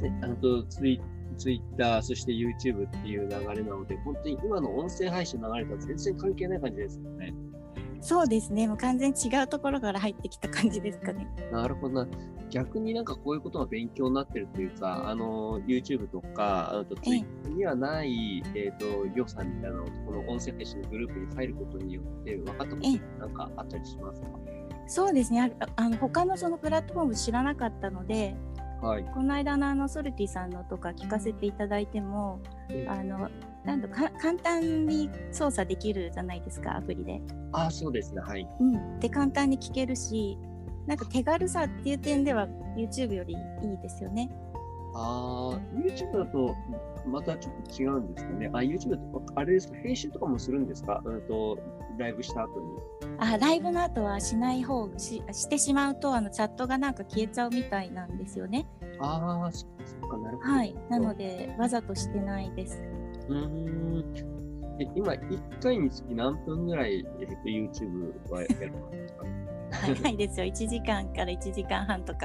ツイッター、そして YouTube っていう流れなので、本当に今の音声配信の流れとは全然関係ない感じですよね。 そうですね。もう完全に違うところから入ってきた感じですかね。 なるほどな。逆になんかこういうことが勉強になってるというか、YouTube とか、Twitter にはない、良さみたいなのを、この音声配信のグループに入ることによって分かったことってなんかあったりしますか？ そうですね。他のそのプラットフォーム知らなかったので、 はい、 この間のソルティさんのとか聞かせていただいても、簡単に操作できるじゃないですか、アプリで。 そうですね。はい。 で、簡単に聞けるし、なんか手軽さっていう点では YouTube よりいいですよね。 YouTube だとまたちょっと違うんですかね。YouTube だとあれですか、編集とかもするんですか？ライブした後に。 ライブの後はしない方してしまうとチャットがなんか消えちゃうみたいなんですよね。 そっか、なるほど。 はい。なのでわざとしてないです。 今1回につき何分ぐらい、YouTube はやるんですか？ 長いですよ。1時間から1時間半とか。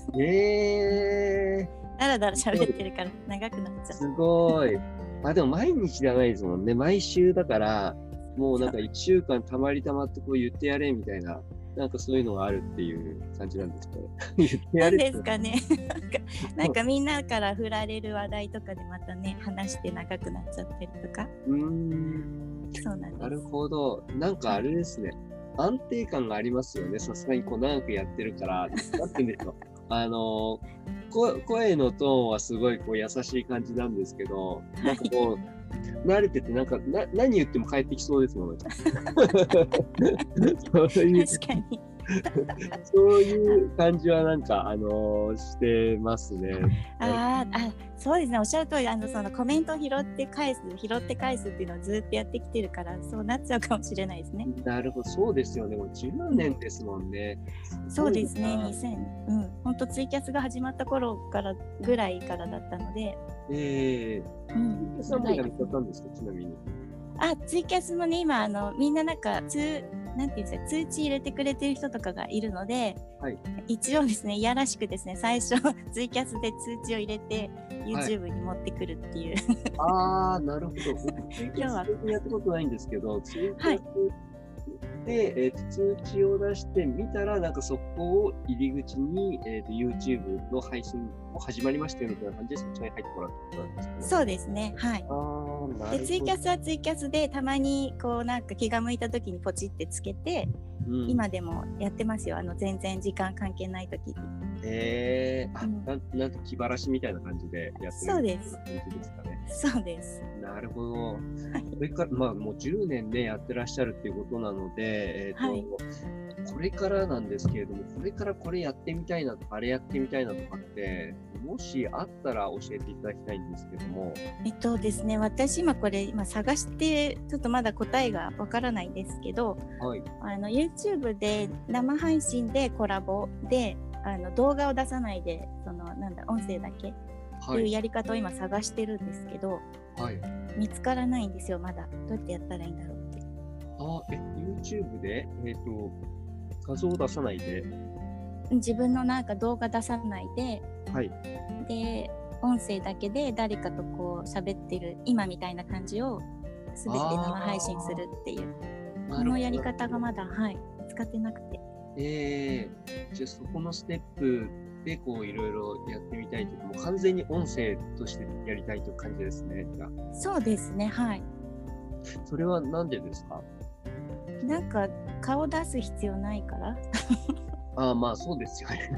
だらだら喋ってるから長くなっちゃう。 すごい。でも毎日じゃないですもんね。毎週だから、もうなんか1週間たまってこう言ってやれみたいな、なんかそういうのがあるっていう感じなんですかね。言ってやれなんですかね。なんかみんなから振られる話題とかでまたね、話して長くなっちゃったりとか。そうなんです。 なるほど。なんかあれですね。安定感がありますよね。さすがにこう長くやってるから。なんて言うんでしょう。声のトーンはすごいこう優しい感じなんですけど、なんかこう、慣れてて、なんか何言っても返ってきそうですもんね。 確かに。 そういう感じはなんか、してますね。 そうですね。おっしゃる通り、そのコメントを拾って返すっていうのをずっとやってきてるから、そうなっちゃうかもしれないですね。 なるほど、そうですよね。もう10年ですもんね。 そうですね。本当ツイキャスが始まった頃からぐらいからだったので。 ツイキャスはもうやめちゃったんですか、ちなみに。 ツイキャスもね、今みんななんかなんていうんですか、通知入れてくれてる人とかがいるので、一応ですね、いやらしくですね、最初ツイキャスで通知を入れて YouTube に持ってくるっていう。 なるほど。今日はやったことないんですけど、ツイキャスで、通知を出してみたら、なんかそこを入り口に、YouTube の配信も始まりましたよみたいな感じで、そっちに入ってもらったことなんですかね。そうですね。はい。で、ツイキャスはツイキャスで、たまにこうなんか気が向いた時にポチってつけて、今でもやってますよ。全然時間関係ない時に。なんと気晴らしみたいな感じでやってる感じですかね。そうです。なるほど。それからもう10年ねやってらっしゃるっていうことなので、これからなんですけれども、これからこれやってみたいなとかあれやってみたいなとかってもしあったら教えていただきたいんですけども。ですね、私今探してちょっとまだ答えがわからないんですけど、YouTube で生配信でコラボで動画を出さないで音声だけっていうやり方を今探してるんですけど、見つからないんですよ。まだどうやってやったらいいんだろうって。 YouTube で画像を出さないで、 自分の動画出さないで、で音声だけで誰かとこう喋ってる今みたいな感じを全て生配信するっていうこのやり方がまだ見つかってなくて。 じゃあそこのステップでこういろいろやってみたいとか、もう完全に音声としてやりたいという感じですね。 そうですね。 それはなんでですか？ なんか顔出す必要ないから。 そうですよね。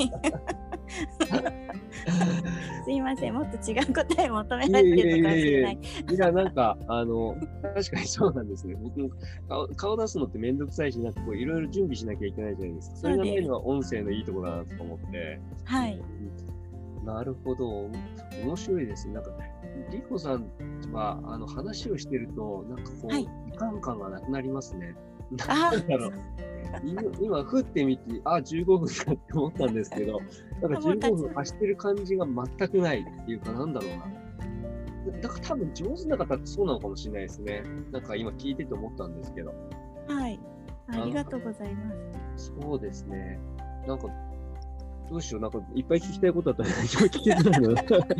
すいません、もっと違う答えを求められてるのかもしれない。 なんか確かにそうなんですね。僕も顔出すのってめんどくさいし、なんかこういろいろ準備しなきゃいけないじゃないですか。それがないのは音声のいいところだなと思って。なるほど、面白いですね。なんかリコさんは話をしてるとなんかこう時間感がなくなりますね。なんだろう。今振ってみて15分かって思ったんですけど、なんか15分走ってる感じが全くないっていうか、なんだろうな。だから多分上手な方ってそうなのかもしれないですね。なんか今聞いてて思ったんですけど。 ありがとうございます。 そうですね。なんかどうしよう、なんかいっぱい聞きたいことあったら聞けづらい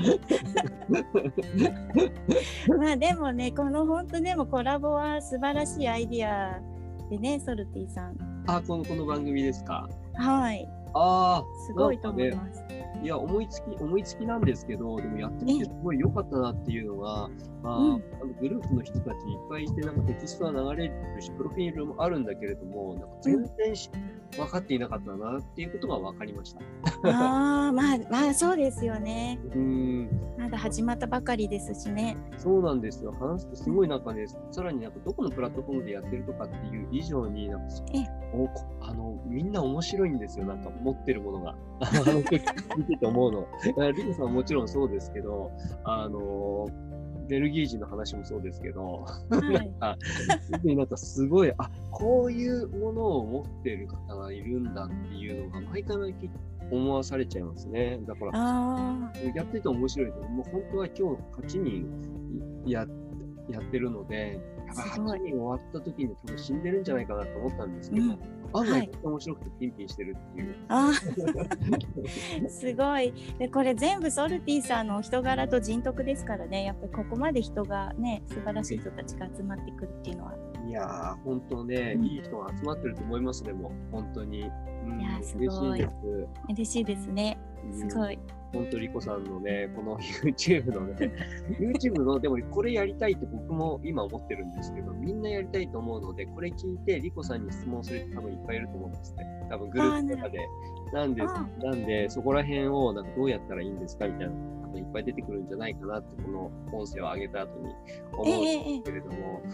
の。まあでもね、この本当でもコラボは素晴らしいアイディアでね、ソルティさん。 この番組ですか。 はい。すごいと思います。 いや、思いつきなんですけど、でもやってみてすごい良かったなっていうのが、グループの人たちいっぱいいて、なんかテキストは流れるし、プロフィールもあるんだけれども、なんか全然分かっていなかったなっていうことが分かりました。 まあそうですよね。まだ始まったばかりですしね。 そうなんですよ。話すとすごいなんかね、さらになんかどこのプラットフォームでやってるとかっていう以上に、なんかみんな面白いんですよ。なんか持ってるものが。見てて思うの。リコさんはもちろんそうですけど、ベルギー人の話もそうですけど、なんかすごい、こういうものを持ってる方がいるんだっていうのが毎回思わされちゃいますね。だからやってて面白いけど、もう本当は今日8人やってるので、8人終わった時に多分死んでるんじゃないかなと思ったんですけど、案外面白くてピンピンしてるっていう。 すごい。でこれ全部ソルティさんの人柄と人徳ですからね。やっぱりここまで人がね、素晴らしい人たちが集まってくるっていうのは。 いやー、本当ね、いい人が集まってると思いますね、もう本当に。 いやすごい。嬉しいですね。すごい。 本当リコさんのね、この YouTube のね、YouTube の、でもこれやりたいって僕も今思ってるんですけど、みんなやりたいと思うので、これ聞いてリコさんに質問する人多分いっぱいいると思うんですね。多分グループとかで。なんで、そこら辺をなんかどうやったらいいんですかみたいなのがいっぱい出てくるんじゃないかなって、この音声を上げた後に思うんですけれども、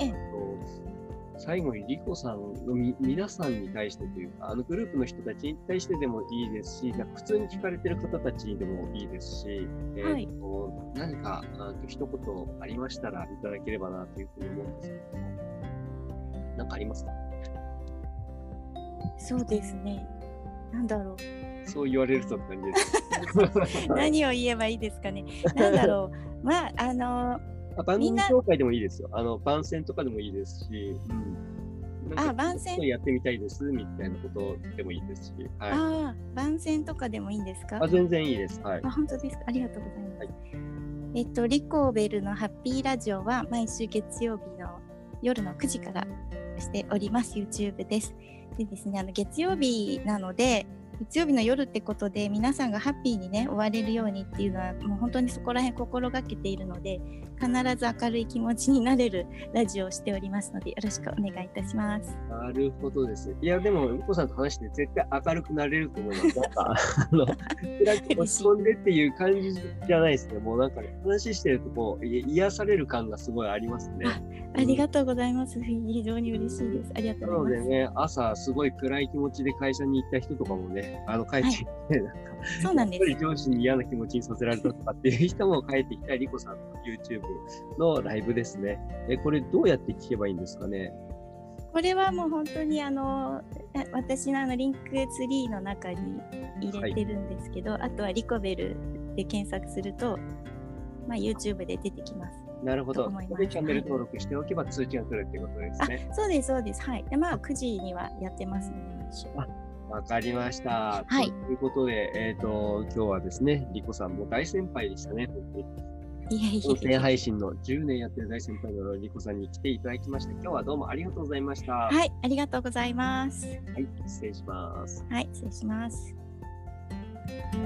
最後にリコさんの皆さんに対してというか、グループの人たちに対してでもいいですし、なんか普通に聞かれてる方たちにでもいいですし、何か一言ありましたらいただければなというふうに思うんですけども、何かありますか？ そうですね。なんだろう。 そう言われるとって感じです。 何を言えばいいですかね。なんだろう。 番組紹介でもいいですよ。番宣とかでもいいですし、 番宣やってみたいですみたいなことでもいいですし、 番宣とかでもいいんですか？ 全然いいです。はい。 本当ですか？ありがとうございます。リコーベルのハッピーラジオは毎週月曜日の夜の9時からしております。YouTube です。でですね、月曜日なので、月曜日の夜ってことで皆さんがハッピーにね終われるようにっていうのはもう本当にそこら辺心がけているので、必ず明るい気持ちになれるラジオをしておりますのでよろしくお願いいたします。 なるほどです。いやでもリコさんと話して絶対明るくなれると思います。なんか落ち込んでっていう感じじゃないですね。もうなんか、話してるとこう癒される感がすごいありますね。 ありがとうございます。非常に嬉しいです。ありがとうございます。 なのでね、朝すごい暗い気持ちで会社に行った人とかもね、帰ってきて、 そうなんです。 やっぱり上司に嫌な気持ちにさせられたとかっていう人も帰ってきたリコさんの YouTube のライブですね。これどうやって聞けばいいんですかね？ これはもう本当に私のリンクツリーの中に入れてるんですけど、あとはリコベルで検索すると、YouTube で出てきます。 なるほど。でチャンネル登録しておけば通知が来るっていうことですね。 そうです、そうです。はい。で、9時にはやってますね、毎週。 わかりました。 はい。 ということで、今日はですね、リコさんも大先輩でしたね。音声配信の10年やってる大先輩のリコさんに来ていただきました。今日はどうもありがとうございました。 はい、ありがとうございます。 はい、失礼します。 はい、失礼します。